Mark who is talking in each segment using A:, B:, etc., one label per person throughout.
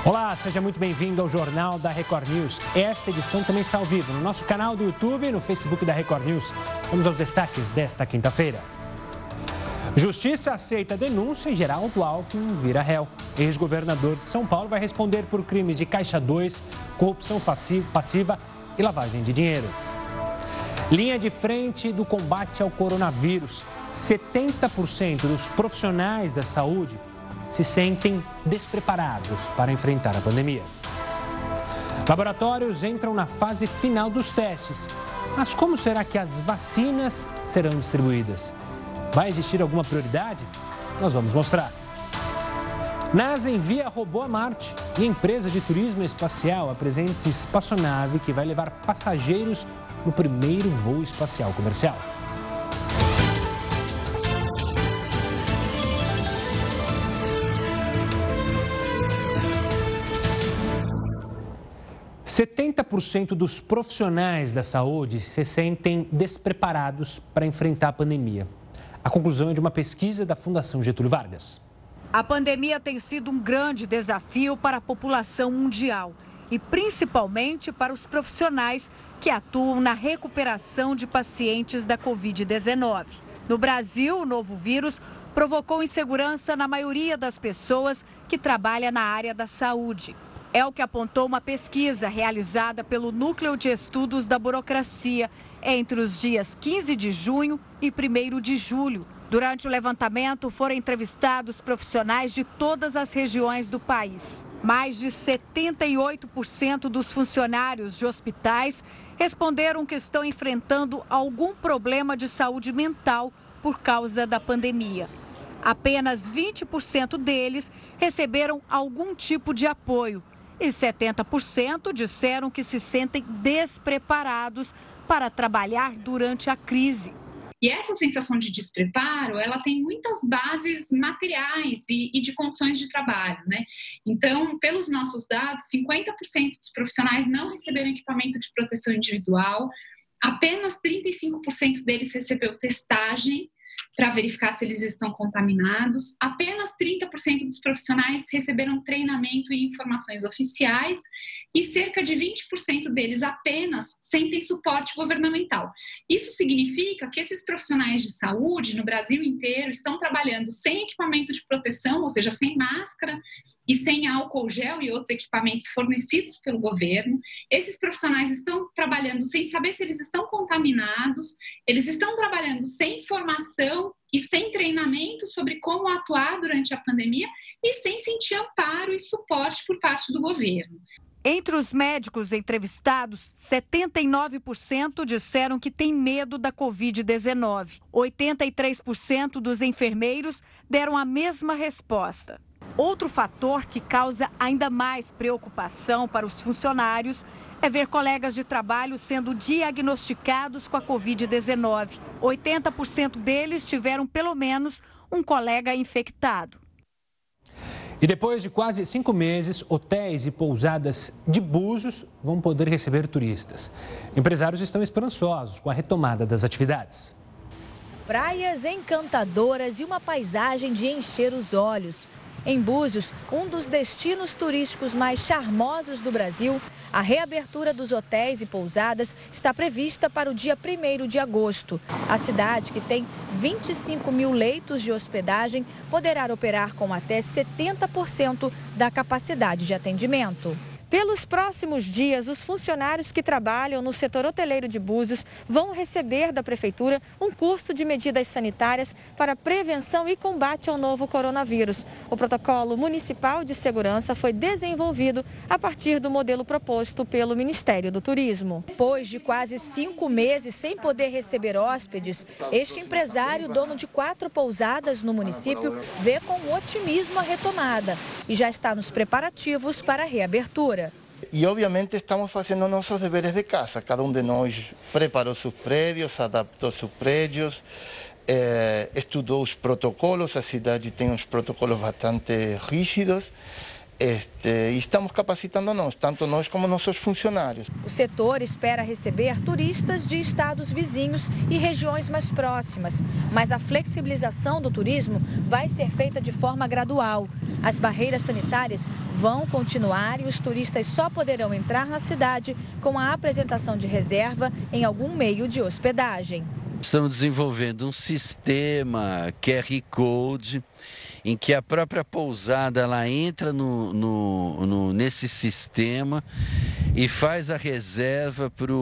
A: Olá, seja muito bem-vindo ao Jornal da Record News. Esta edição também está ao vivo no nosso canal do YouTube e no Facebook da Record News. Vamos aos destaques desta quinta-feira. Justiça aceita a denúncia e Geraldo Alckmin vira réu. Ex-governador de São Paulo vai responder por crimes de Caixa 2, corrupção passiva e lavagem de dinheiro. Linha de frente do combate ao coronavírus. 70% dos profissionais da saúde se sentem despreparados para enfrentar a pandemia. Laboratórios entram na fase final dos testes. Mas como será que as vacinas serão distribuídas? Vai existir alguma prioridade? Nós vamos mostrar. NASA envia robô a Marte e a empresa de turismo espacial apresenta espaçonave que vai levar passageiros no primeiro voo espacial comercial. 70% dos profissionais da saúde se sentem despreparados para enfrentar a pandemia. A conclusão é de uma pesquisa da Fundação Getúlio Vargas.
B: A pandemia tem sido um grande desafio para a população mundial e principalmente para os profissionais que atuam na recuperação de pacientes da Covid-19. No Brasil, o novo vírus provocou insegurança na maioria das pessoas que trabalham na área da saúde. É o que apontou uma pesquisa realizada pelo Núcleo de Estudos da Burocracia entre os dias 15 de junho e 1º de julho. Durante o levantamento, foram entrevistados profissionais de todas as regiões do país. Mais de 78% dos funcionários de hospitais responderam que estão enfrentando algum problema de saúde mental por causa da pandemia. Apenas 20% deles receberam algum tipo de apoio. E 70% disseram que se sentem despreparados para trabalhar durante a crise.
C: E essa sensação de despreparo, ela tem muitas bases materiais e de condições de trabalho, né? Então, pelos nossos dados, 50% dos profissionais não receberam equipamento de proteção individual, apenas 35% deles recebeu testagem para verificar se eles estão contaminados. Apenas 30% dos profissionais receberam treinamento e informações oficiais e cerca de 20% deles apenas sentem suporte governamental. Isso significa que esses profissionais de saúde no Brasil inteiro estão trabalhando sem equipamento de proteção, ou seja, sem máscara e sem álcool gel e outros equipamentos fornecidos pelo governo. Esses profissionais estão trabalhando sem saber se eles estão contaminados, eles estão trabalhando sem formação e sem treinamento sobre como atuar durante a pandemia e sem sentir amparo e suporte por parte do governo.
B: Entre os médicos entrevistados, 79% disseram que têm medo da Covid-19. 83% dos enfermeiros deram a mesma resposta. Outro fator que causa ainda mais preocupação para os funcionários é ver colegas de trabalho sendo diagnosticados com a Covid-19. 80% deles tiveram pelo menos um colega infectado.
A: E depois de quase 5 meses, hotéis e pousadas de Búzios vão poder receber turistas. Empresários estão esperançosos com a retomada das atividades.
D: Praias encantadoras e uma paisagem de encher os olhos. Em Búzios, um dos destinos turísticos mais charmosos do Brasil, a reabertura dos hotéis e pousadas está prevista para o dia 1º de agosto. A cidade, que tem 25 mil leitos de hospedagem, poderá operar com até 70% da capacidade de atendimento. Pelos próximos dias, os funcionários que trabalham no setor hoteleiro de Búzios vão receber da Prefeitura um curso de medidas sanitárias para prevenção e combate ao novo coronavírus. O protocolo municipal de segurança foi desenvolvido a partir do modelo proposto pelo Ministério do Turismo. Depois de quase 5 meses sem poder receber hóspedes, este empresário, dono de 4 pousadas no município, vê com otimismo a retomada e já está nos preparativos para a reabertura.
E: E, obviamente, estamos fazendo nossos deveres de casa. Cada de nós preparou seus prédios, adaptou seus prédios, estudou os protocolos. A cidade tem uns protocolos bastante rígidos. E estamos capacitando nós, tanto nós como nossos funcionários.
D: O setor espera receber turistas de estados vizinhos e regiões mais próximas, mas a flexibilização do turismo vai ser feita de forma gradual. As barreiras sanitárias vão continuar e os turistas só poderão entrar na cidade com a apresentação de reserva em algum meio de hospedagem.
F: Estamos desenvolvendo um sistema QR Code em que a própria pousada ela entra nesse sistema e faz a reserva para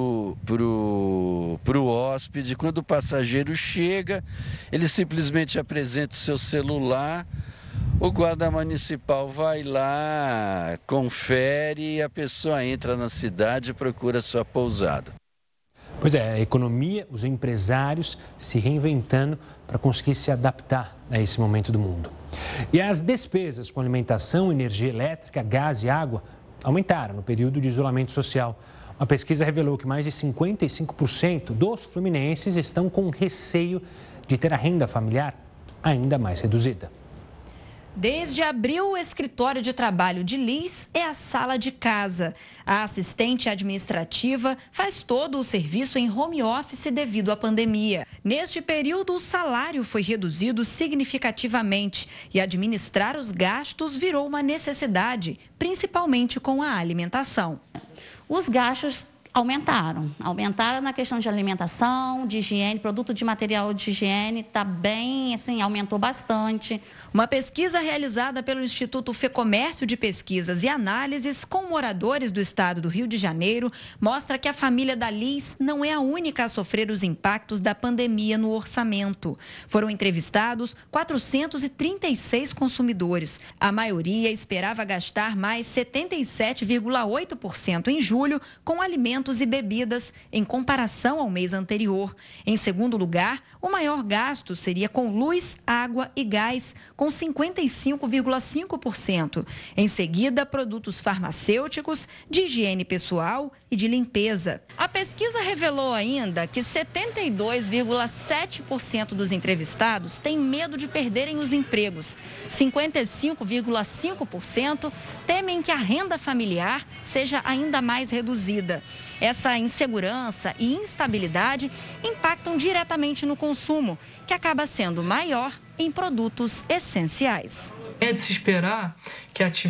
F: o hóspede. Quando o passageiro chega, ele simplesmente apresenta o seu celular, o guarda municipal vai lá, confere e a pessoa entra na cidade e procura a sua pousada.
A: Pois é, a economia, os empresários se reinventando para conseguir se adaptar a esse momento do mundo. E as despesas com alimentação, energia elétrica, gás e água aumentaram no período de isolamento social. Uma pesquisa revelou que mais de 55% dos fluminenses estão com receio de ter a renda familiar ainda mais reduzida.
G: Desde abril, o escritório de trabalho de Liz é a sala de casa. A assistente administrativa faz todo o serviço em home office devido à pandemia. Neste período, o salário foi reduzido significativamente e administrar os gastos virou uma necessidade, principalmente com a alimentação.
H: Os gastos aumentaram na questão de alimentação, de higiene, produto de material de higiene, tá bem, assim, aumentou bastante.
G: Uma pesquisa realizada pelo Instituto Fecomércio de Pesquisas e Análises com moradores do estado do Rio de Janeiro mostra que a família da Liz não é a única a sofrer os impactos da pandemia no orçamento. Foram entrevistados 436 consumidores. A maioria esperava gastar mais 77,8% em julho com alimentos e bebidas em comparação ao mês anterior. Em segundo lugar, o maior gasto seria com luz, água e gás, com 55,5%. Em seguida, produtos farmacêuticos, de higiene pessoal e de limpeza. A pesquisa revelou ainda que 72,7% dos entrevistados têm medo de perderem os empregos. 55,5% temem que a renda familiar seja ainda mais reduzida. Essa insegurança e instabilidade impactam diretamente no consumo, que acaba sendo maior em produtos essenciais.
I: É de se esperar que as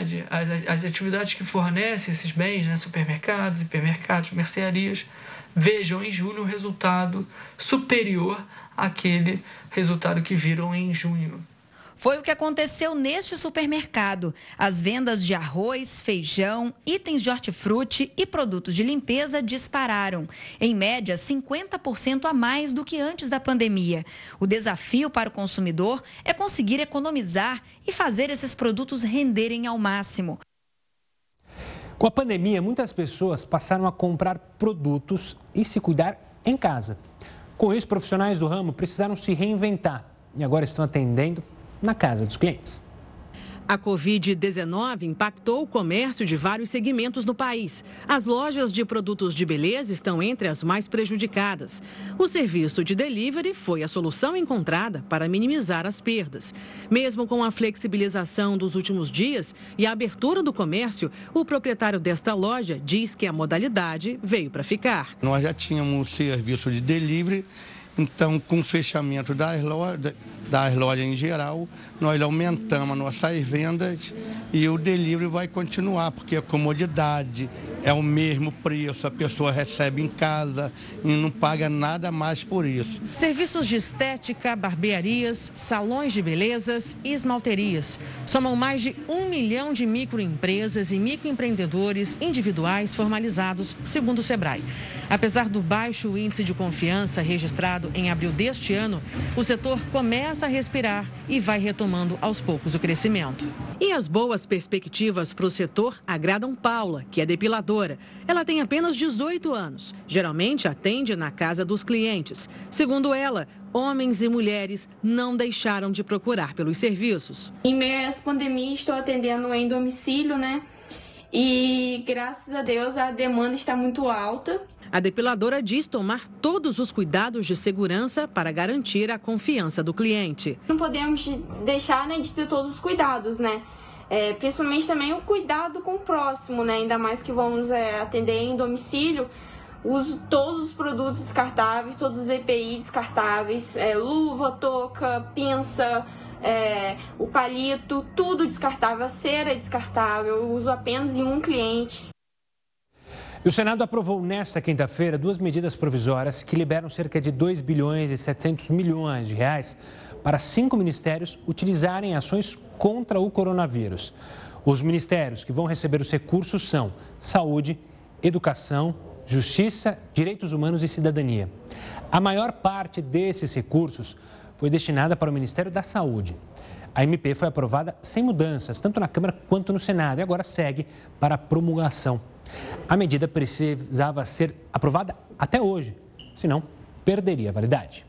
I: atividades que fornecem esses bens, né, supermercados, hipermercados, mercearias, vejam em julho um resultado superior àquele resultado que viram em junho.
G: Foi o que aconteceu neste supermercado. As vendas de arroz, feijão, itens de hortifruti e produtos de limpeza dispararam. Em média, 50% a mais do que antes da pandemia. O desafio para o consumidor é conseguir economizar e fazer esses produtos renderem ao máximo.
A: Com a pandemia, muitas pessoas passaram a comprar produtos e se cuidar em casa. Com isso, profissionais do ramo precisaram se reinventar e agora estão atendendo na casa dos clientes.
J: A Covid-19 impactou o comércio de vários segmentos no país. As lojas de produtos de beleza estão entre as mais prejudicadas. O serviço de delivery foi a solução encontrada para minimizar as perdas. Mesmo com a flexibilização dos últimos dias e a abertura do comércio, o proprietário desta loja diz que a modalidade veio para ficar.
K: Nós já tínhamos serviço de delivery, então com o fechamento das lojas em geral, nós aumentamos nossas vendas e o delivery vai continuar, porque a comodidade é o mesmo preço, a pessoa recebe em casa e não paga nada mais por isso.
J: Serviços de estética, barbearias, salões de belezas e esmalterias. Somam mais de 1 milhão de microempresas e microempreendedores individuais formalizados, segundo o Sebrae. Apesar do baixo índice de confiança registrado em abril deste ano, o setor começa a respirar e vai retomando aos poucos o crescimento. E as boas perspectivas para o setor agradam Paula, que é depiladora. Ela tem apenas 18 anos. Geralmente atende na casa dos clientes. Segundo ela, homens e mulheres não deixaram de procurar pelos serviços.
L: Em meio a essa pandemia, estou atendendo em domicílio, né? E graças a Deus a demanda está muito alta.
J: A depiladora diz tomar todos os cuidados de segurança para garantir a confiança do cliente.
L: Não podemos deixar, né, de ter todos os cuidados, né? Principalmente também o cuidado com o próximo, né? Ainda mais que vamos atender em domicílio. Uso todos os produtos descartáveis, todos os EPI descartáveis, luva, touca, pinça, o palito, tudo descartável, a cera é descartável, eu uso apenas em um cliente.
A: E o Senado aprovou nesta quinta-feira 2 medidas provisórias que liberam cerca de 2 bilhões e 700 milhões de reais para 5 ministérios utilizarem ações contra o coronavírus. Os ministérios que vão receber os recursos são Saúde, Educação, Justiça, Direitos Humanos e Cidadania. A maior parte desses recursos foi destinada para o Ministério da Saúde. A MP foi aprovada sem mudanças, tanto na Câmara quanto no Senado, e agora segue para a promulgação. A medida precisava ser aprovada até hoje, senão perderia a validade.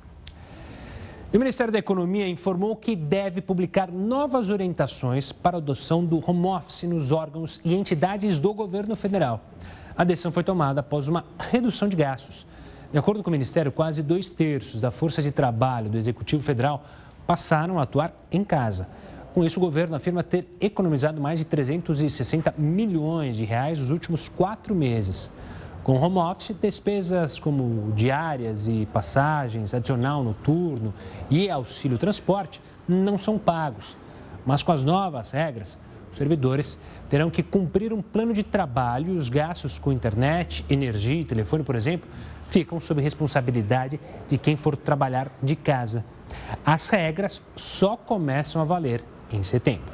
A: E o Ministério da Economia informou que deve publicar novas orientações para a adoção do home office nos órgãos e entidades do governo federal. A decisão foi tomada após uma redução de gastos. De acordo com o Ministério, quase 2/3 da força de trabalho do Executivo Federal passaram a atuar em casa. Com isso, o governo afirma ter economizado mais de 360 milhões de reais nos últimos 4 meses. Com home office, despesas como diárias e passagens, adicional noturno e auxílio transporte não são pagos. Mas com as novas regras, os servidores terão que cumprir um plano de trabalho e os gastos com internet, energia e telefone, por exemplo, ficam sob responsabilidade de quem for trabalhar de casa. As regras só começam a valer em setembro.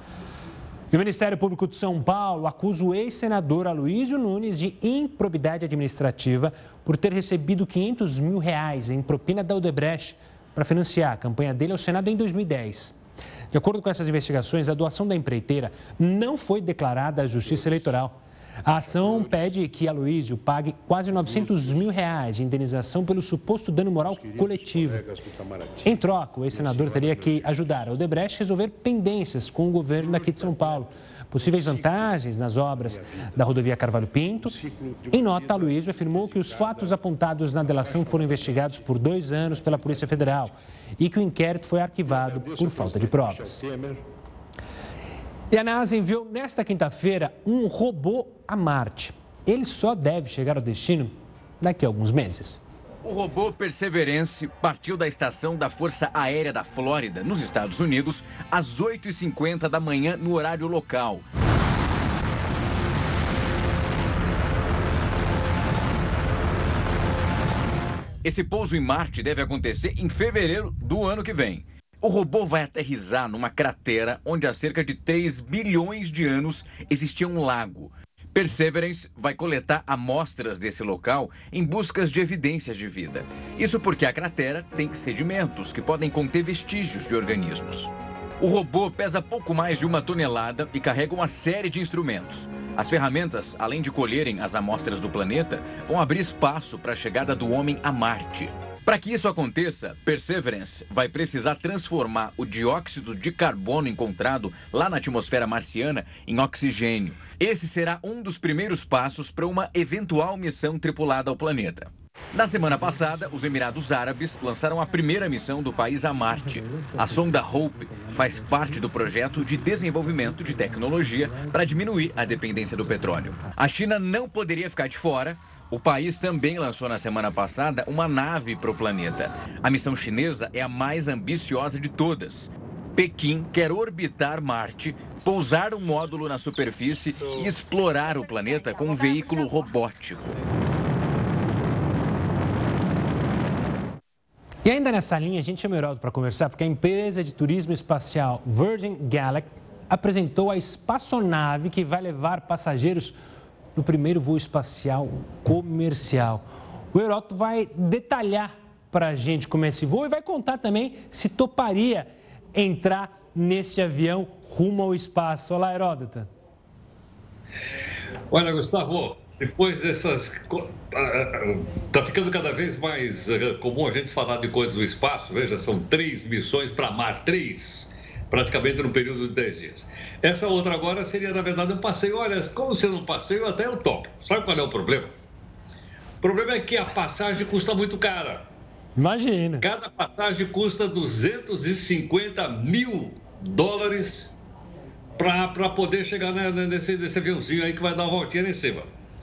A: E o Ministério Público de São Paulo acusa o ex-senador Aloysio Nunes de improbidade administrativa por ter recebido R$500 mil em propina da Odebrecht para financiar a campanha dele ao Senado em 2010. De acordo com essas investigações, a doação da empreiteira não foi declarada à Justiça Eleitoral. A ação pede que Aloysio pague quase R$900 mil de indenização pelo suposto dano moral coletivo. Em troca, o ex-senador teria que ajudar a Odebrecht a resolver pendências com o governo daqui de São Paulo. Possíveis vantagens nas obras da rodovia Carvalho Pinto. Em nota, Aloysio afirmou que os fatos apontados na delação foram investigados por 2 anos pela Polícia Federal e que o inquérito foi arquivado por falta de provas. E a NASA enviou nesta quinta-feira um robô a Marte. Ele só deve chegar ao destino daqui a alguns meses.
M: O robô Perseverance partiu da estação da Força Aérea da Flórida, nos Estados Unidos, às 8h50 da manhã no horário local. Esse pouso em Marte deve acontecer em fevereiro do ano que vem. O robô vai aterrissar numa cratera onde há cerca de 3 bilhões de anos existia um lago. Perseverance vai coletar amostras desse local em busca de evidências de vida. Isso porque a cratera tem sedimentos que podem conter vestígios de organismos. O robô pesa pouco mais de 1 tonelada e carrega uma série de instrumentos. As ferramentas, além de colherem as amostras do planeta, vão abrir espaço para a chegada do homem a Marte. Para que isso aconteça, Perseverance vai precisar transformar o dióxido de carbono encontrado lá na atmosfera marciana em oxigênio. Esse será um dos primeiros passos para uma eventual missão tripulada ao planeta. Na semana passada, os Emirados Árabes lançaram a primeira missão do país a Marte. A sonda Hope faz parte do projeto de desenvolvimento de tecnologia para diminuir a dependência do petróleo. A China não poderia ficar de fora. O país também lançou na semana passada uma nave para o planeta. A missão chinesa é a mais ambiciosa de todas. Pequim quer orbitar Marte, pousar um módulo na superfície e explorar o planeta com um veículo robótico.
A: E ainda nessa linha, a gente chama o Heraldo para conversar, porque a empresa de turismo espacial Virgin Galactic apresentou a espaçonave que vai levar passageiros no primeiro voo espacial comercial. O Heródoto vai detalhar para a gente como é esse voo e vai contar também se toparia entrar nesse avião rumo ao espaço. Olá, Heródoto.
N: Olha, Gustavo, depois dessas... Está ficando cada vez mais comum a gente falar de coisas do espaço. Veja, são 3 missões para Marte, 3, praticamente no período de 10 dias. Essa outra agora seria, na verdade, um passeio. Olha, como sendo um passeio, até eu topo. Sabe qual é o problema? O problema é que a passagem custa muito cara.
A: Imagina.
N: Cada passagem custa $250 mil para poder chegar nesse aviãozinho aí que vai dar uma voltinha lá em cima.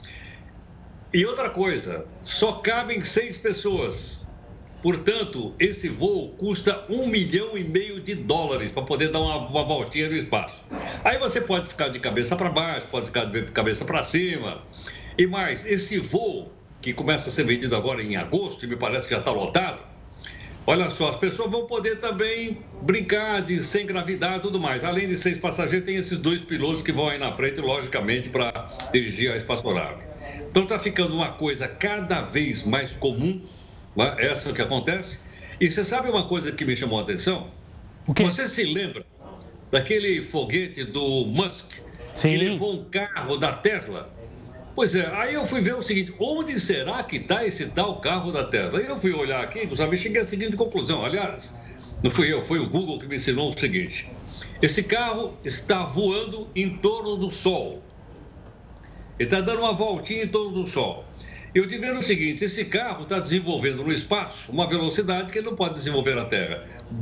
N: E outra coisa, só cabem 6 pessoas. Portanto, esse voo custa $1,5 milhão para poder dar uma voltinha no espaço. Aí você pode ficar de cabeça para baixo, pode ficar de cabeça para cima. E mais, esse voo, que começa a ser vendido agora em agosto, e me parece que já está lotado, olha só, as pessoas vão poder também brincar sem gravidade e tudo mais. Além de 6 passageiros, tem esses 2 pilotos que vão aí na frente, logicamente, para dirigir a espaçonave. Então está ficando uma coisa cada vez mais comum, né? Essa é o que acontece. E você sabe uma coisa que me chamou a atenção? Você se lembra daquele foguete do Musk,
A: Sim,
N: que levou um carro da Tesla? Pois é, aí eu fui ver o seguinte, onde será que está esse tal carro da Tesla? Aí eu fui olhar aqui, e cheguei à seguinte conclusão. Aliás, não fui eu, foi o Google que me ensinou o seguinte. Esse carro está voando em torno do Sol. Ele está dando uma voltinha em torno do Sol. Eu te vejo o seguinte, esse carro está desenvolvendo no espaço uma velocidade que ele não pode desenvolver na Terra.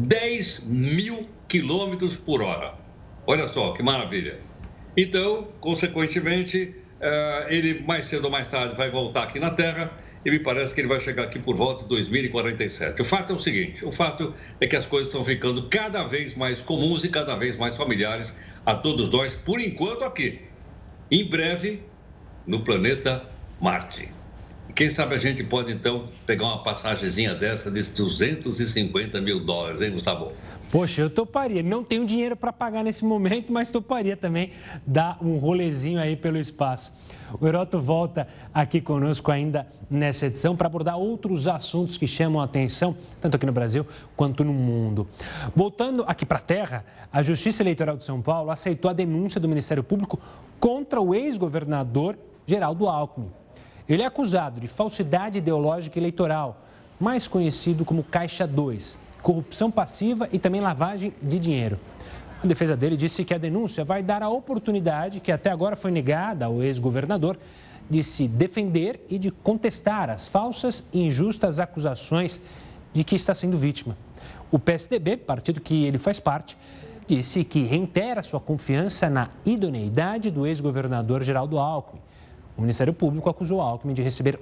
N: 10.000 quilômetros por hora. Olha só, que maravilha. Então, consequentemente, ele mais cedo ou mais tarde vai voltar aqui na Terra e me parece que ele vai chegar aqui por volta de 2047. O fato é o seguinte, o fato é que as coisas estão ficando cada vez mais comuns e cada vez mais familiares a todos nós, por enquanto aqui. Em breve, no planeta Marte. Quem sabe a gente pode, então, pegar uma passagenzinha dessa de $250 mil, hein, Gustavo?
A: Poxa, eu toparia. Não tenho dinheiro para pagar nesse momento, mas toparia também dar um rolezinho aí pelo espaço. O Heroto volta aqui conosco ainda nessa edição para abordar outros assuntos que chamam a atenção, tanto aqui no Brasil quanto no mundo. Voltando aqui para a terra, a Justiça Eleitoral de São Paulo aceitou a denúncia do Ministério Público contra o ex-governador Geraldo Alckmin. Ele é acusado de falsidade ideológica eleitoral, mais conhecido como Caixa 2, corrupção passiva e também lavagem de dinheiro. A defesa dele disse que a denúncia vai dar a oportunidade, que até agora foi negada ao ex-governador, de se defender e de contestar as falsas e injustas acusações de que está sendo vítima. O PSDB, partido que ele faz parte, disse que reitera sua confiança na idoneidade do ex-governador Geraldo Alckmin. O Ministério Público acusou Alckmin de receber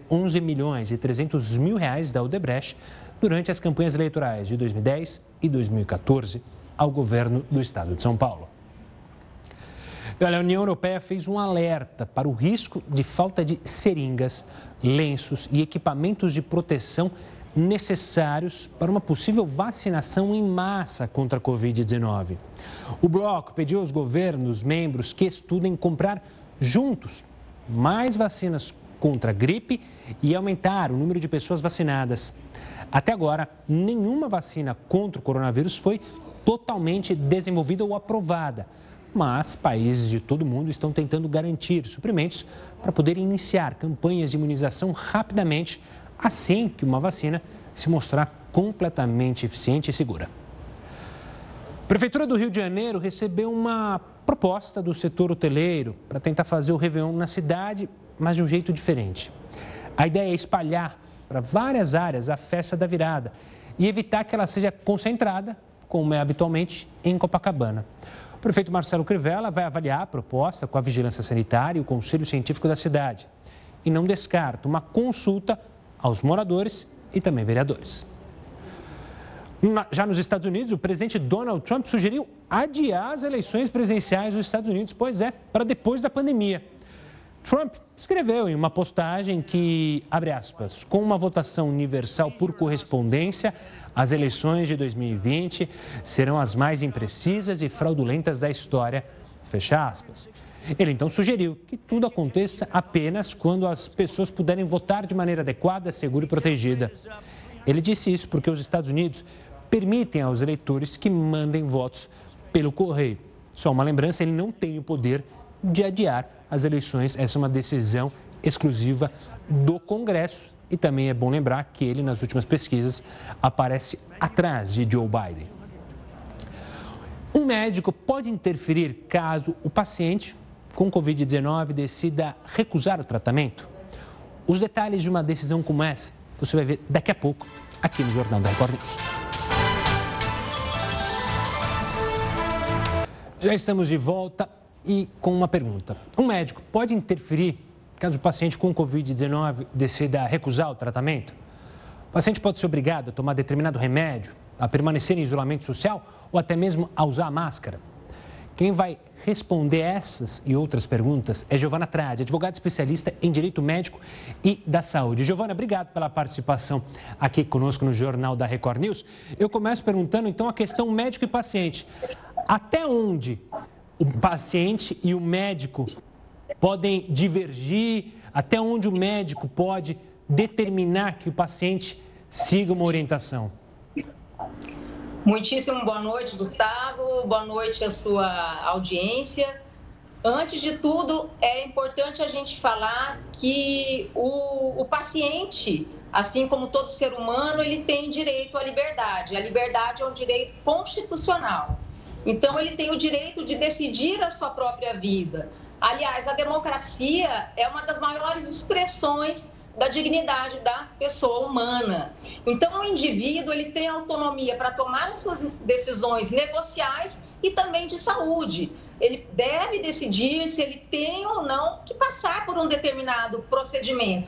A: R$11.3 mil da Odebrecht durante as campanhas eleitorais de 2010 e 2014 ao governo do estado de São Paulo. E olha, a União Europeia fez um alerta para o risco de falta de seringas, lenços e equipamentos de proteção necessários para uma possível vacinação em massa contra a Covid-19. O bloco pediu aos governos membros que estudem comprar juntos mais vacinas contra a gripe e aumentar o número de pessoas vacinadas. Até agora, nenhuma vacina contra o coronavírus foi totalmente desenvolvida ou aprovada, mas países de todo o mundo estão tentando garantir suprimentos para poder iniciar campanhas de imunização rapidamente, assim que uma vacina se mostrar completamente eficiente e segura. A Prefeitura do Rio de Janeiro recebeu uma proposta do setor hoteleiro para tentar fazer o Réveillon na cidade, mas de um jeito diferente. A ideia é espalhar para várias áreas a festa da virada e evitar que ela seja concentrada, como é habitualmente, em Copacabana. O prefeito Marcelo Crivella vai avaliar a proposta com a Vigilância Sanitária e o Conselho Científico da cidade e não descarta uma consulta aos moradores e também vereadores. Já nos Estados Unidos, o presidente Donald Trump sugeriu adiar as eleições presidenciais dos Estados Unidos, pois é, para depois da pandemia. Trump escreveu em uma postagem que, abre aspas, com uma votação universal por correspondência, as eleições de 2020 serão as mais imprecisas e fraudulentas da história, fecha aspas. Ele então sugeriu que tudo aconteça apenas quando as pessoas puderem votar de maneira adequada, segura e protegida. Ele disse isso porque os Estados Unidos permitem aos eleitores que mandem votos pelo correio. Só uma lembrança, ele não tem o poder de adiar as eleições. Essa é uma decisão exclusiva do Congresso. E também é bom lembrar que ele, nas últimas pesquisas, aparece atrás de Joe Biden. Um médico pode interferir caso o paciente com Covid-19 decida recusar o tratamento? Os detalhes de uma decisão como essa você vai ver daqui a pouco aqui no Jornal da Record News. Já estamos de volta e com uma pergunta. Um médico pode interferir caso o paciente com Covid-19 decida recusar o tratamento? O paciente pode ser obrigado a tomar determinado remédio, a permanecer em isolamento social ou até mesmo a usar a máscara? Quem vai responder essas e outras perguntas é Giovana Tradi, advogada especialista em Direito Médico e da Saúde. Giovana, obrigado pela participação aqui conosco no Jornal da Record News. Eu começo perguntando, então, a questão médico e paciente. Até onde o paciente e o médico podem divergir? Até onde o médico pode determinar que o paciente siga uma orientação?
O: Muitíssimo boa noite, Gustavo. Boa noite à sua audiência. Antes de tudo, é importante a gente falar que o paciente, assim como todo ser humano, ele tem direito à liberdade. A liberdade é um direito constitucional. Então, ele tem o direito de decidir a sua própria vida. Aliás, a democracia é uma das maiores expressões da dignidade da pessoa humana. Então, o indivíduo ele tem autonomia para tomar as suas decisões negociais e também de saúde. Ele deve decidir se ele tem ou não que passar por um determinado procedimento.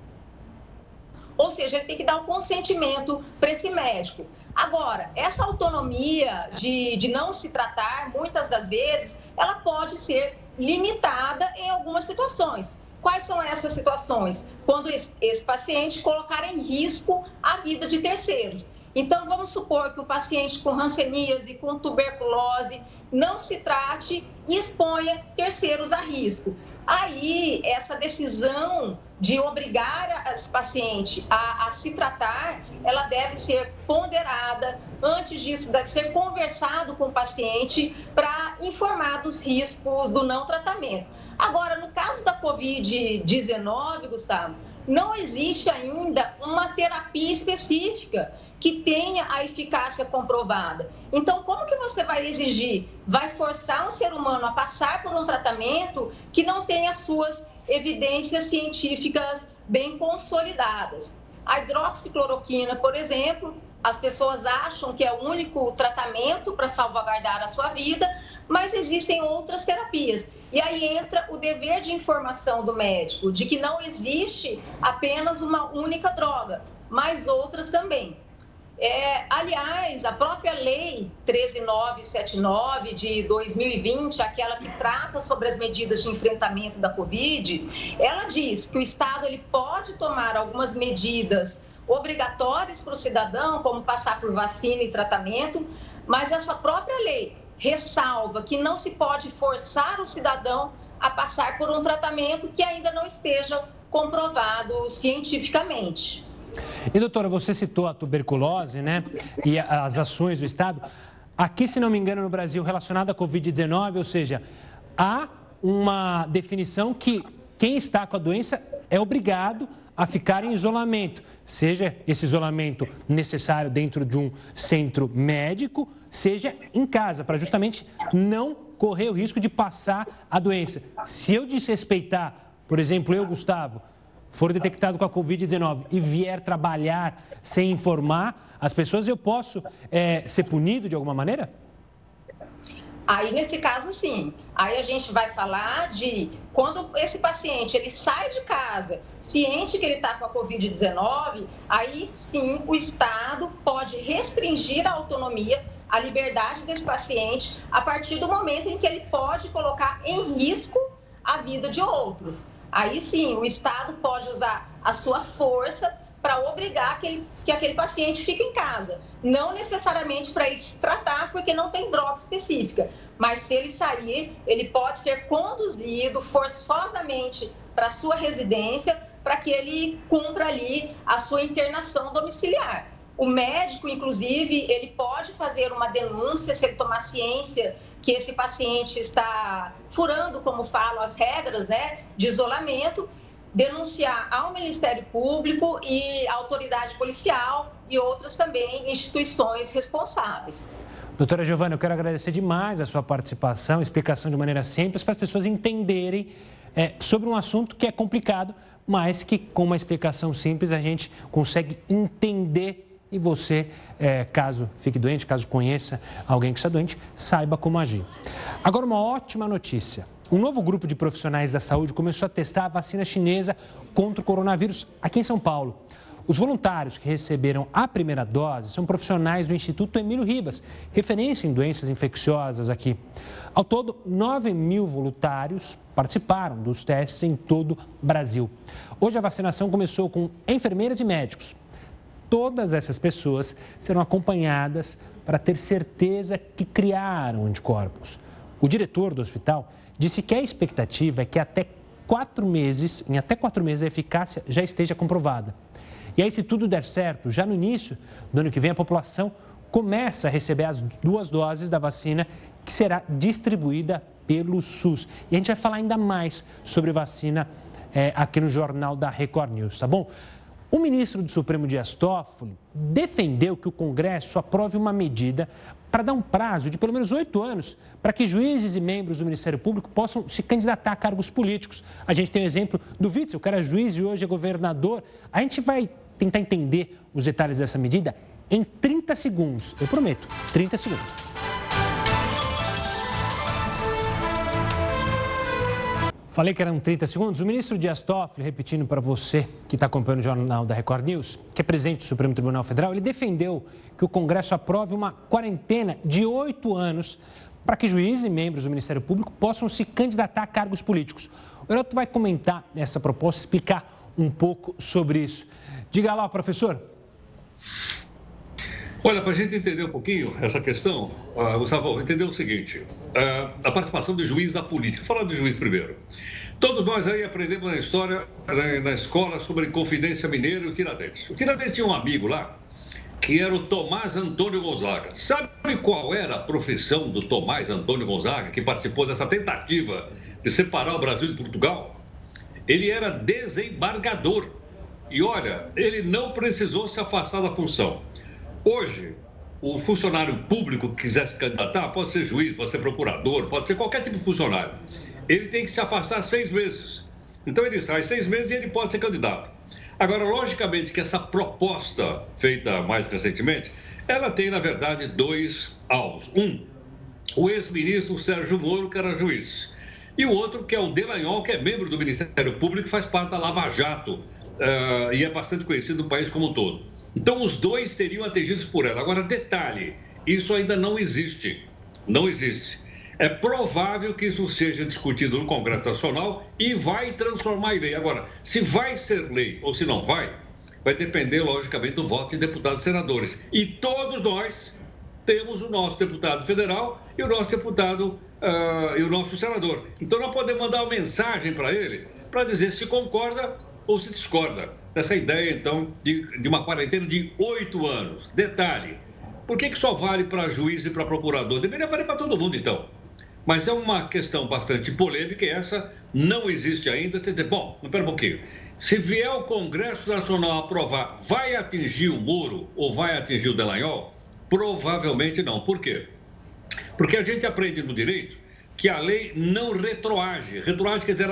O: Ou seja, ele tem que dar um consentimento para esse médico. Agora, essa autonomia de não se tratar, muitas das vezes, ela pode ser limitada em algumas situações. Quais são essas situações? Quando esse paciente colocar em risco a vida de terceiros. Então, vamos supor que o paciente com hanseníase, com tuberculose, não se trate e exponha terceiros a risco. Aí, essa decisão de obrigar esse paciente a se tratar, ela deve ser ponderada. Antes disso, deve ser conversado com o paciente para informar dos riscos do não tratamento. Agora, no caso da Covid-19, Gustavo, não existe ainda uma terapia específica que tenha a eficácia comprovada. Então, como que você vai exigir, vai forçar um ser humano a passar por um tratamento que não tem as suas evidências científicas bem consolidadas? A hidroxicloroquina, por exemplo, as pessoas acham que é o único tratamento para salvaguardar a sua vida, mas existem outras terapias. E aí entra o dever de informação do médico, de que não existe apenas uma única droga, mas outras também. Aliás, a própria Lei 13.979 de 2020, aquela que trata sobre as medidas de enfrentamento da Covid, ela diz que o Estado ele pode tomar algumas medidas obrigatórias para o cidadão, como passar por vacina e tratamento, mas essa própria lei ressalva que não se pode forçar o cidadão a passar por um tratamento que ainda não esteja comprovado cientificamente.
A: E, doutora, você citou a tuberculose, né, e as ações do Estado. Aqui, se não me engano, no Brasil, relacionada à Covid-19, ou seja, há uma definição que quem está com a doença é obrigado a ficar em isolamento, seja esse isolamento necessário dentro de um centro médico, seja em casa, para justamente não correr o risco de passar a doença. Se eu desrespeitar, por exemplo, eu, Gustavo, for detectado com a Covid-19 e vier trabalhar sem informar as pessoas, eu posso ser punido de alguma maneira?
O: Aí, nesse caso, sim. Aí a gente vai falar de quando esse paciente ele sai de casa ciente que ele está com a Covid-19, aí sim o Estado pode restringir a autonomia, a liberdade desse paciente a partir do momento em que ele pode colocar em risco a vida de outros. Aí sim, o Estado pode usar a sua força para obrigar que aquele paciente fique em casa. Não necessariamente para ele se tratar, porque não tem droga específica. Mas se ele sair, ele pode ser conduzido forçosamente para a sua residência para que ele cumpra ali a sua internação domiciliar. O médico, inclusive, ele pode fazer uma denúncia se ele tomar ciência que esse paciente está furando, como falam, as regras, de isolamento, denunciar ao Ministério Público e à autoridade policial e outras também instituições responsáveis.
A: Doutora Giovana, eu quero agradecer demais a sua participação, explicação de maneira simples para as pessoas entenderem sobre um assunto que é complicado, mas que com uma explicação simples a gente consegue entender e você, caso fique doente, caso conheça alguém que está doente, saiba como agir. Agora, uma ótima notícia. Um novo grupo de profissionais da saúde começou a testar a vacina chinesa contra o coronavírus aqui em São Paulo. Os voluntários que receberam a primeira dose são profissionais do Instituto Emílio Ribas, referência em doenças infecciosas aqui. Ao todo, 9.000 voluntários participaram dos testes em todo o Brasil. Hoje a vacinação começou com enfermeiras e médicos. Todas essas pessoas serão acompanhadas para ter certeza que criaram anticorpos. O diretor do hospital disse que a expectativa é que em até 4 meses a eficácia já esteja comprovada. E aí, se tudo der certo, já no início do ano que vem, a população começa a receber as 2 doses da vacina que será distribuída pelo SUS. E a gente vai falar ainda mais sobre vacina aqui no Jornal da Record News, tá bom? O ministro do Supremo, Dias Toffoli, defendeu que o Congresso aprove uma medida para dar um prazo de pelo menos 8 anos para que juízes e membros do Ministério Público possam se candidatar a cargos políticos. A gente tem o exemplo do Witzel, que era juiz e hoje é governador. A gente vai tentar entender os detalhes dessa medida em 30 segundos. Eu prometo, 30 segundos. Falei que eram 30 segundos. O ministro Dias Toffoli, repetindo para você que está acompanhando o Jornal da Record News, que é presidente do Supremo Tribunal Federal, ele defendeu que o Congresso aprove uma quarentena de 8 anos para que juízes e membros do Ministério Público possam se candidatar a cargos políticos. O Heródoto vai comentar essa proposta, explicar um pouco sobre isso. Diga lá, professor.
N: Olha, para a gente entender um pouquinho essa questão, Gustavo, entender o seguinte, a participação do juiz na política. Vou falar do juiz primeiro. Todos nós aí aprendemos na história, na escola, sobre Confidência Mineira e o Tiradentes. O Tiradentes tinha um amigo lá, que era o Tomás Antônio Gonzaga. Sabe qual era a profissão do Tomás Antônio Gonzaga, que participou dessa tentativa de separar o Brasil de Portugal? Ele era desembargador. E olha, ele não precisou se afastar da função. Hoje, o funcionário público que quiser se candidatar, pode ser juiz, pode ser procurador, pode ser qualquer tipo de funcionário. Ele tem que se afastar 6 meses. Então ele sai 6 meses e ele pode ser candidato. Agora, logicamente que essa proposta feita mais recentemente, ela tem, na verdade, 2 alvos. Um, o ex-ministro Sérgio Moro, que era juiz. E o outro, que é o Delanhol, que é membro do Ministério Público, que faz parte da Lava Jato e é bastante conhecido no país como um todo. Então, os 2 seriam atingidos por ela. Agora, detalhe, isso ainda não existe. Não existe. É provável que isso seja discutido no Congresso Nacional e vai transformar em lei. Agora, se vai ser lei ou se não vai depender, logicamente, do voto de deputados e senadores. E todos nós temos o nosso deputado federal e o nosso deputado e o nosso senador. Então, nós podemos mandar uma mensagem para ele para dizer se concorda ou se discorda dessa ideia, então, de uma quarentena de 8 anos. Detalhe, por que só vale para juiz e para procurador? Deveria valer para todo mundo, então. Mas é uma questão bastante polêmica e essa não existe ainda. Você dizer, bom, espera um pouquinho. Se vier o Congresso Nacional aprovar, vai atingir o Moro ou vai atingir o Delanhol? Provavelmente não. Por quê? Porque a gente aprende no direito que a lei não retroage. Retroage quer dizer,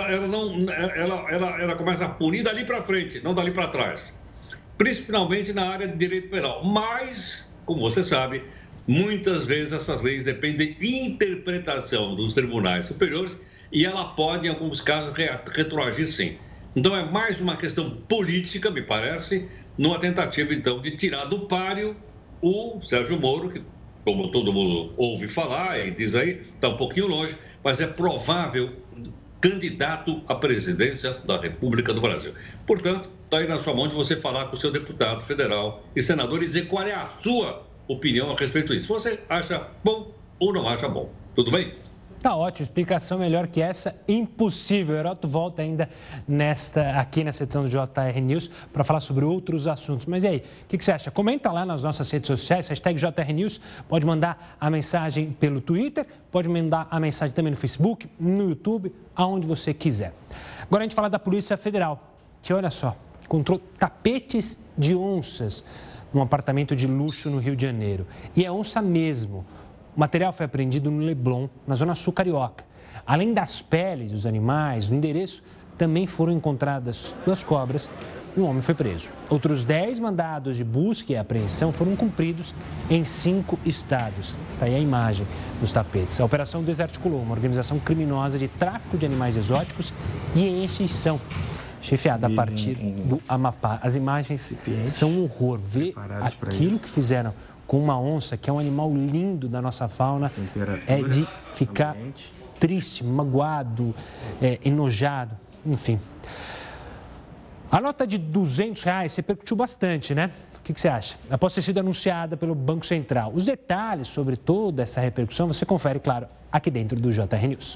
N: ela começa a punir dali para frente, não dali para trás. Principalmente na área de direito penal. Mas, como você sabe, muitas vezes essas leis dependem de interpretação dos tribunais superiores e ela pode, em alguns casos, retroagir sim. Então é mais uma questão política, me parece, numa tentativa, então, de tirar do páreo o Sérgio Moro, que, como todo mundo ouve falar e diz aí, está um pouquinho longe, mas é provável candidato à presidência da República do Brasil. Portanto, está aí na sua mão de você falar com o seu deputado federal e senador e dizer qual é a sua opinião a respeito disso. Você acha bom ou não acha bom? Tudo bem?
A: Tá ótimo, explicação melhor que essa, impossível. O Heródoto volta ainda aqui nessa edição do JR News para falar sobre outros assuntos. Mas e aí, o que você acha? Comenta lá nas nossas redes sociais, hashtag JR News, pode mandar a mensagem pelo Twitter, pode mandar a mensagem também no Facebook, no YouTube, aonde você quiser. Agora a gente fala da Polícia Federal, que olha só, encontrou tapetes de onças num apartamento de luxo no Rio de Janeiro. E é onça mesmo. O material foi apreendido no Leblon, na Zona Sul Carioca. Além das peles dos animais, no endereço também foram encontradas 2 cobras um homem foi preso. Outros 10 mandados de busca e apreensão foram cumpridos em 5 estados. Está aí a imagem dos tapetes. A operação desarticulou uma organização criminosa de tráfico de animais exóticos e em extinção, chefiada a partir do Amapá. As imagens são um horror. Ver aquilo que fizeram com uma onça, que é um animal lindo da nossa fauna, é de ficar triste, magoado, enojado, enfim. A nota de R$200 repercutiu bastante, né? O que você acha? Após ter sido anunciada pelo Banco Central. Os detalhes sobre toda essa repercussão você confere, claro, aqui dentro do JR News.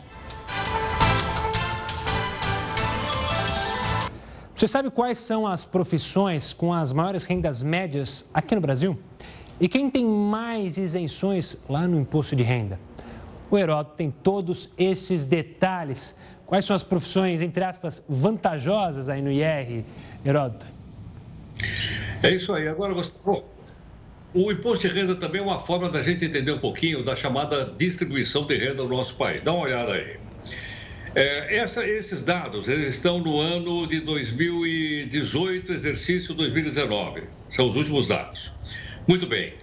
A: Você sabe quais são as profissões com as maiores rendas médias aqui no Brasil? E quem tem mais isenções lá no imposto de renda? O Heródoto tem todos esses detalhes. Quais são as profissões, entre aspas, vantajosas aí no IR, Heródoto?
N: É isso aí. Agora, Gustavo, o imposto de renda também é uma forma da gente entender um pouquinho da chamada distribuição de renda no nosso país. Dá uma olhada aí. Esses dados, eles estão no ano de 2018, exercício 2019. São os últimos dados. Muito bem.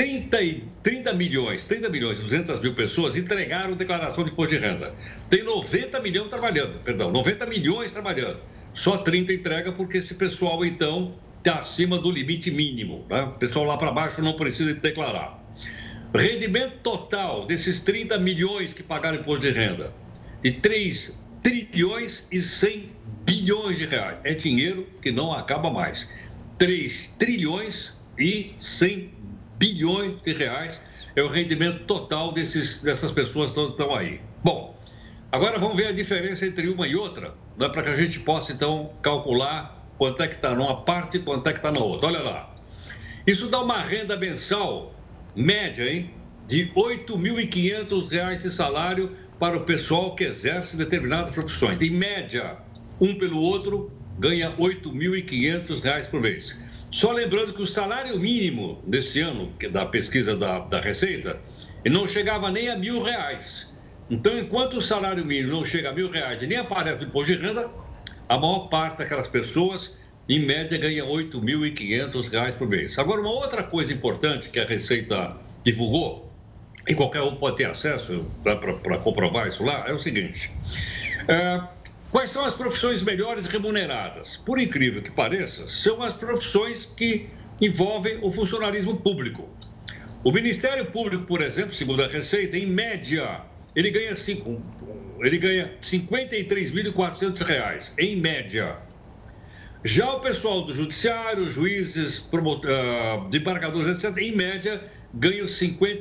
N: 30 milhões, 200 mil pessoas entregaram declaração de imposto de renda. Tem 90 milhões trabalhando. Só 30 entrega porque esse pessoal, então, está acima do limite mínimo. Né? O pessoal lá para baixo não precisa declarar. Rendimento total desses 30 milhões que pagaram imposto de renda, de 3 trilhões e 100 bilhões de reais. É dinheiro que não acaba mais. 3 trilhões e 100 bilhões de reais é o rendimento total dessas pessoas que estão aí. Bom, agora vamos ver a diferença entre uma e outra, né, para que a gente possa, então, calcular quanto é que está numa parte e quanto é que está na outra. Olha lá. Isso dá uma renda mensal média, hein, de R$ 8.500 de salário para o pessoal que exerce determinadas profissões. Em média, um pelo outro ganha R$ 8.500 por mês. Só lembrando que o salário mínimo desse ano, da pesquisa da Receita, ele não chegava nem a R$1.000. Então, enquanto o salário mínimo não chega a R$1.000 e nem aparece no imposto de renda, a maior parte daquelas pessoas, em média, ganha R$ 8.500 por mês. Agora, uma outra coisa importante que a Receita divulgou, e qualquer um pode ter acesso para comprovar isso lá, é o seguinte. Quais são as profissões melhores remuneradas? Por incrível que pareça, são as profissões que envolvem o funcionalismo público. O Ministério Público, por exemplo, segundo a Receita, em média, ele ganha R$ 53.400, em média. Já o pessoal do Judiciário, juízes, desembargadores, etc., em média, ganham R$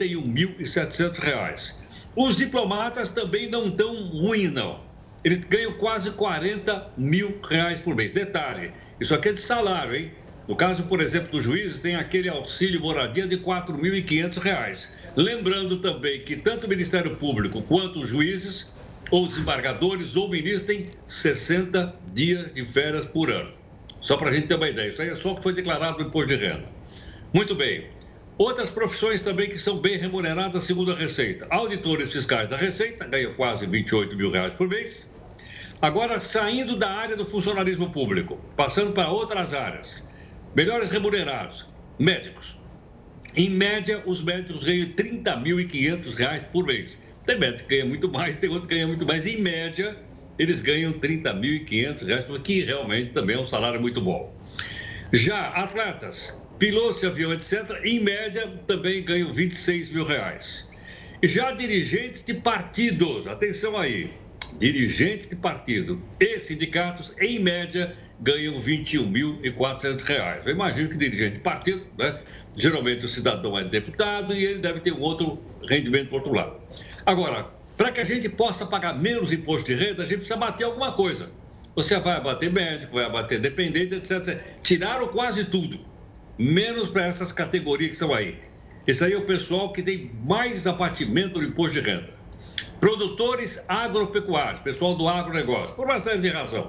N: 51.700. Os diplomatas também não estão ruins, não. Eles ganham quase R$40 mil por mês. Detalhe, isso aqui é de salário, hein? No caso, por exemplo, dos juízes, tem aquele auxílio moradia de R$ 4.500. Lembrando também que tanto o Ministério Público quanto os juízes, ou desembargadores, ou ministros, têm 60 dias de férias por ano. Só para a gente ter uma ideia. Isso aí é só o que foi declarado no imposto de renda. Muito bem. Outras profissões também que são bem remuneradas segundo a Receita. Auditores fiscais da Receita ganham quase R$ 28 mil por mês. Agora, saindo da área do funcionalismo público, passando para outras áreas. Melhores remunerados, médicos. Em média, os médicos ganham R$ 30.500 por mês. Tem médico que ganha muito mais, tem outro que ganha muito mais. Em média, eles ganham R$ 30.500, que realmente também é um salário muito bom. Já atletas, pilotos de avião, etc., em média, também ganham R$ 26 mil. E já dirigentes de partidos, atenção aí, dirigentes de partido e sindicatos, em média, ganham R$ 21.400. Eu imagino que dirigente de partido, né? Geralmente o cidadão é deputado e ele deve ter um outro rendimento por outro lado. Agora, para que a gente possa pagar menos imposto de renda, a gente precisa abater alguma coisa. Você vai abater médico, vai abater dependente, etc. Tiraram quase tudo, menos para essas categorias que estão aí. Esse aí é o pessoal que tem mais abatimento do imposto de renda. Produtores agropecuários, pessoal do agronegócio, por uma série de razão.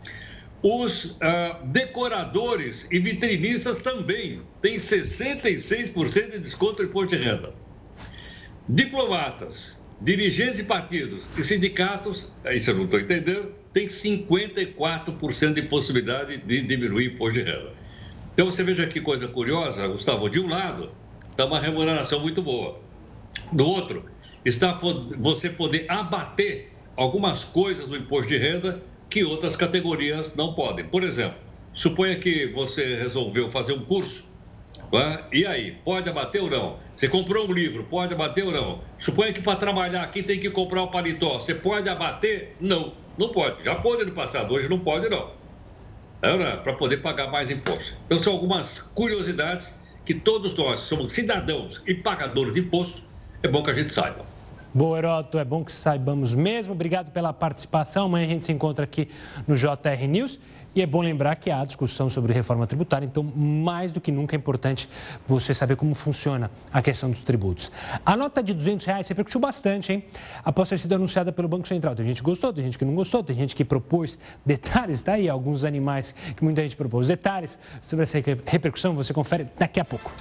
N: Os decoradores e vitrinistas também têm 66% de desconto no imposto de renda. Diplomatas, dirigentes de partidos e sindicatos, isso eu não estou entendendo, tem 54% de possibilidade de diminuir o imposto de renda. Então, você veja que coisa curiosa, Gustavo. De um lado, está uma remuneração muito boa. Do outro, está você poder abater algumas coisas do imposto de renda que outras categorias não podem. Por exemplo, suponha que você resolveu fazer um curso, e aí, pode abater ou não? Você comprou um livro, pode abater ou não? Suponha que para trabalhar aqui tem que comprar um paletó, você pode abater? Não, não pode. Já pôde no passado, hoje não pode não. Para poder pagar mais imposto. Então são algumas curiosidades que todos nós somos cidadãos e pagadores de imposto, é bom que a gente saiba.
A: Boa, Heródoto, é bom que saibamos mesmo. Obrigado pela participação. Amanhã a gente se encontra aqui no JR News. E é bom lembrar que há discussão sobre reforma tributária, então mais do que nunca é importante você saber como funciona a questão dos tributos. A nota de R$200 repercutiu bastante, hein? Após ter sido anunciada pelo Banco Central. Tem gente que gostou, tem gente que não gostou, tem gente que propôs detalhes, tá aí alguns animais que muita gente propôs. Detalhes sobre essa repercussão você confere daqui a pouco.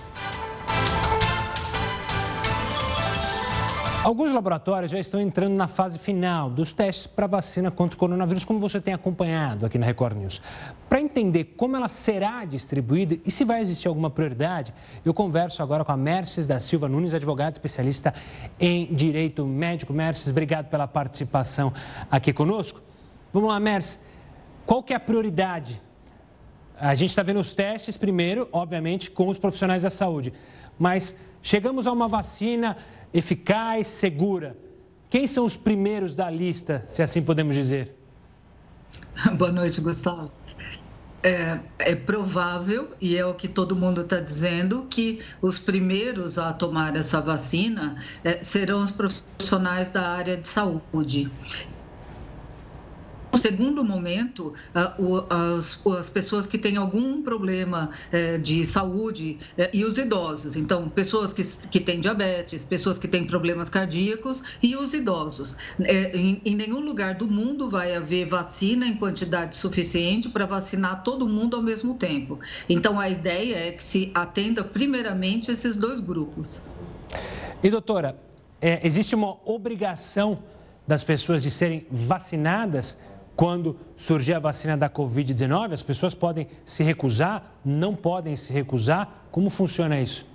A: Alguns laboratórios já estão entrando na fase final dos testes para vacina contra o coronavírus, como você tem acompanhado aqui na Record News. Para entender como ela será distribuída e se vai existir alguma prioridade, eu converso agora com a Mercedes da Silva Nunes, advogada especialista em direito médico. Mercedes, obrigado pela participação aqui conosco. Vamos lá, Mercedes, qual que é a prioridade? A gente está vendo os testes primeiro, obviamente, com os profissionais da saúde, mas chegamos a uma vacina eficaz, segura. Quem são os primeiros da lista, se assim podemos dizer?
P: Boa noite, Gustavo. É provável, e é o que todo mundo está dizendo, que os primeiros a tomar essa vacina serão os profissionais da área de saúde. No segundo momento, as pessoas que têm algum problema de saúde e os idosos. Então, pessoas que têm diabetes, pessoas que têm problemas cardíacos e os idosos. Em nenhum lugar do mundo vai haver vacina em quantidade suficiente para vacinar todo mundo ao mesmo tempo. Então, a ideia é que se atenda primeiramente esses dois grupos.
A: E, doutora, existe uma obrigação das pessoas de serem vacinadas quando surgir a vacina da Covid-19? As pessoas podem se recusar, não podem se recusar? Como funciona isso?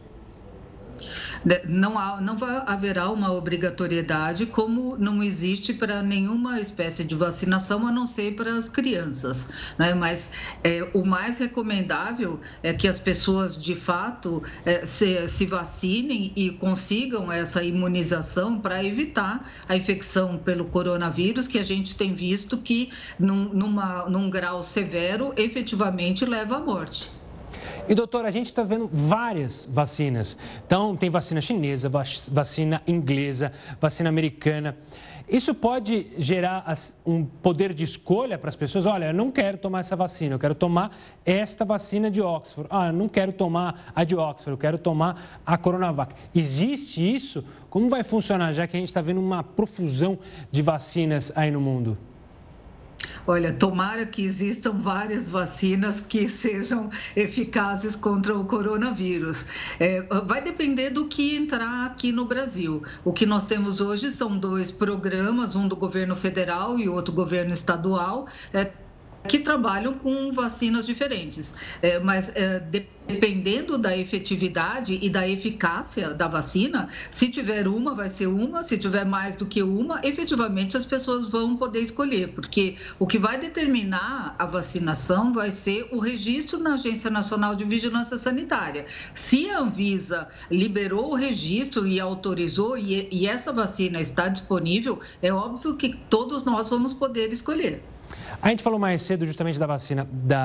P: Não haverá uma obrigatoriedade, como não existe para nenhuma espécie de vacinação, a não ser para as crianças, né? Mas o mais recomendável é que as pessoas, de fato, se vacinem e consigam essa imunização para evitar a infecção pelo coronavírus, que a gente tem visto que, num grau severo, efetivamente leva à morte.
A: E, doutora, a gente está vendo várias vacinas. Então, tem vacina chinesa, vacina inglesa, vacina americana. Isso pode gerar um poder de escolha para as pessoas? Olha, eu não quero tomar essa vacina, eu quero tomar esta vacina de Oxford. Eu não quero tomar a de Oxford, eu quero tomar a Coronavac. Existe isso? Como vai funcionar, já que a gente está vendo uma profusão de vacinas aí no mundo?
P: Olha, tomara que existam várias vacinas que sejam eficazes contra o coronavírus. Vai depender do que entrar aqui no Brasil. O que nós temos hoje são dois programas, um do governo federal e outro governo estadual, que trabalham com vacinas diferentes. Mas dependendo da efetividade e da eficácia da vacina, se tiver uma, vai ser uma, se tiver mais do que uma, efetivamente as pessoas vão poder escolher, porque o que vai determinar a vacinação vai ser o registro na Agência Nacional de Vigilância Sanitária. Se a Anvisa liberou o registro e autorizou e essa vacina está disponível, é óbvio que todos nós vamos poder escolher.
A: A gente falou mais cedo justamente da vacina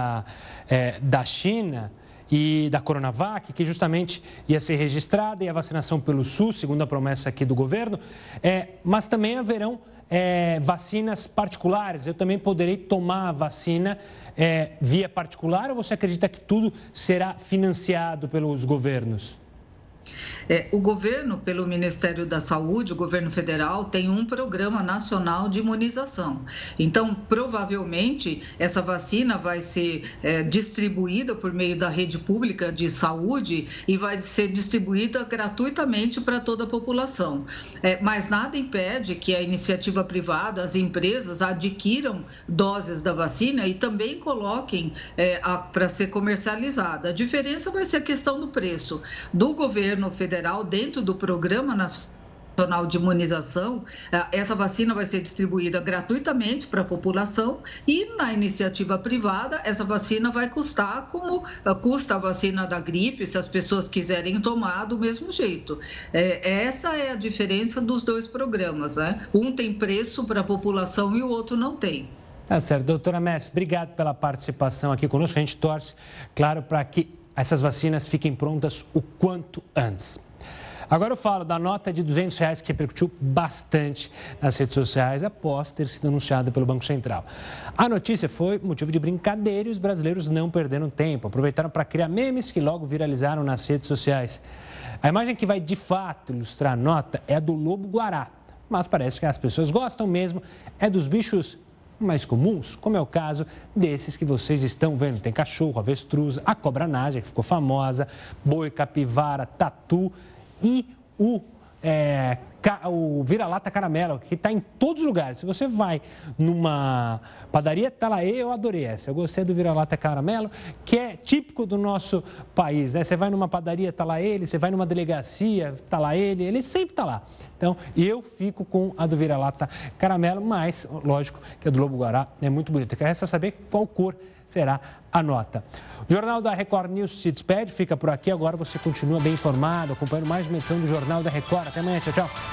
A: da China e da Coronavac, que justamente ia ser registrada, e a vacinação pelo SUS, segundo a promessa aqui do governo, mas também haverão vacinas particulares. Eu também poderei tomar a vacina via particular, ou você acredita que tudo será financiado pelos governos?
P: O governo, pelo Ministério da Saúde, o governo federal, tem um programa nacional de imunização. Então, provavelmente, essa vacina vai ser distribuída por meio da rede pública de saúde e vai ser distribuída gratuitamente para toda a população. Mas nada impede que a iniciativa privada, as empresas, adquiram doses da vacina e também coloquem para ser comercializada. A diferença vai ser a questão do preço. Do governo federal, dentro do Programa Nacional de Imunização, essa vacina vai ser distribuída gratuitamente para a população e na iniciativa privada, essa vacina vai custar como custa a vacina da gripe, se as pessoas quiserem tomar do mesmo jeito. Essa é a diferença dos dois programas, né? Um tem preço para a população e o outro não tem.
A: Tá certo. Doutora Mercy, obrigado pela participação aqui conosco. A gente torce, claro, para que essas vacinas fiquem prontas o quanto antes. Agora eu falo da nota de R$200 que repercutiu bastante nas redes sociais após ter sido anunciada pelo Banco Central. A notícia foi motivo de brincadeira e os brasileiros não perderam tempo. Aproveitaram para criar memes que logo viralizaram nas redes sociais. A imagem que vai de fato ilustrar a nota é a do lobo-guará, mas parece que as pessoas gostam mesmo dos bichos mais comuns, como é o caso desses que vocês estão vendo. Tem cachorro, avestruz, a cobra naja, que ficou famosa, boi, capivara, tatu e o vira-lata caramelo, que está em todos os lugares. Se você vai numa padaria, está lá. Eu adorei essa. Eu gostei do vira-lata caramelo, que é típico do nosso país, né? Você vai numa padaria, está lá ele. Você vai numa delegacia, está lá ele. Ele sempre está lá. Então, eu fico com a do vira-lata caramelo, mas, lógico, que a do lobo-guará é muito bonita. Resta saber qual cor será a nota. O Jornal da Record News se despede, fica por aqui. Agora você continua bem informado, acompanhando mais uma edição do Jornal da Record. Até amanhã, tchau, tchau.